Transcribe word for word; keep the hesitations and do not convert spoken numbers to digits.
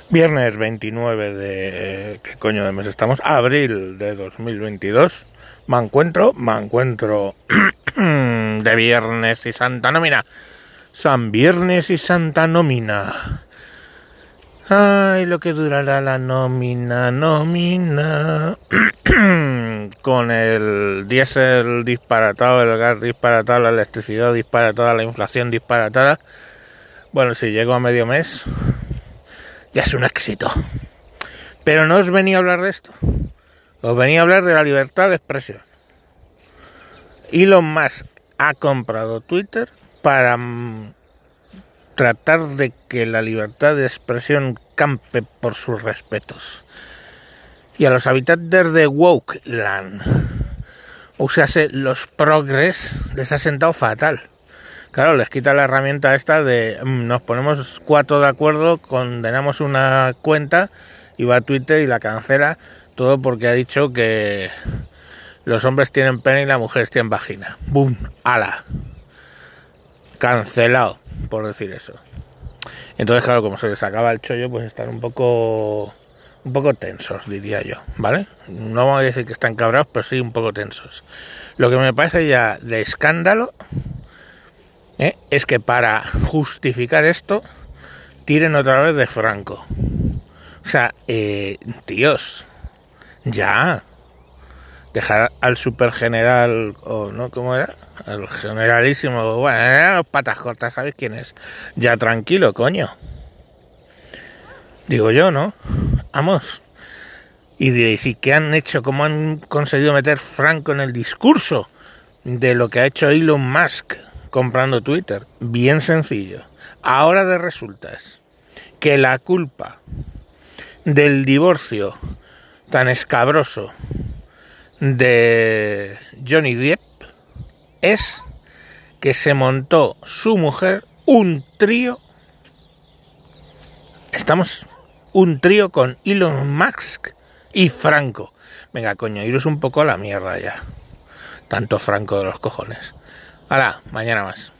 Viernes veintinueve de... ¿Qué coño de mes estamos? Abril de dos mil veintidós. Me encuentro, me encuentro de viernes y Santa Nómina. San Viernes y Santa Nómina. Ay, lo que durará la nómina, nómina. Con el diésel disparatado, el gas disparatado, la electricidad disparatada, la inflación disparatada. Bueno, si llego a medio mes, ya es un éxito. Pero no os venía a hablar de esto. Os venía a hablar de la libertad de expresión. Elon Musk ha comprado Twitter para mm, tratar de que la libertad de expresión campe por sus respetos. Y a los habitantes de Wokeland, o sea, los progres, les ha sentado fatal. Claro, les quita la herramienta esta de mmm, nos ponemos cuatro de acuerdo, condenamos una cuenta y va a Twitter y la cancela, todo porque ha dicho que los hombres tienen pene y las mujeres tienen vagina. ¡Bum! ¡Hala! Cancelado, por decir eso. Entonces, claro, como se les acaba el chollo, pues están un poco un poco tensos, diría yo, ¿vale? No vamos a decir que están cabreados, pero sí un poco tensos. Lo que me parece ya de escándalo ¿eh? es que para justificar esto tiren otra vez de Franco. O sea, eh, tíos, ya dejar al supergeneral, o no, ¿cómo era? El generalísimo, bueno, eran los patas cortas, ¿sabéis quién es? Ya tranquilo, coño. Digo yo, ¿no? Vamos. Y diréis, ¿y qué han hecho? ¿Cómo han conseguido meter Franco en el discurso de lo que ha hecho Elon Musk comprando Twitter? Bien sencillo. Ahora de resultas que la culpa del divorcio tan escabroso de Johnny Depp es que se montó su mujer un trío. Estamos un trío con Elon Musk y Franco. Venga, coño, iros un poco a la mierda ya. Tanto Franco de los cojones. Hala, mañana más.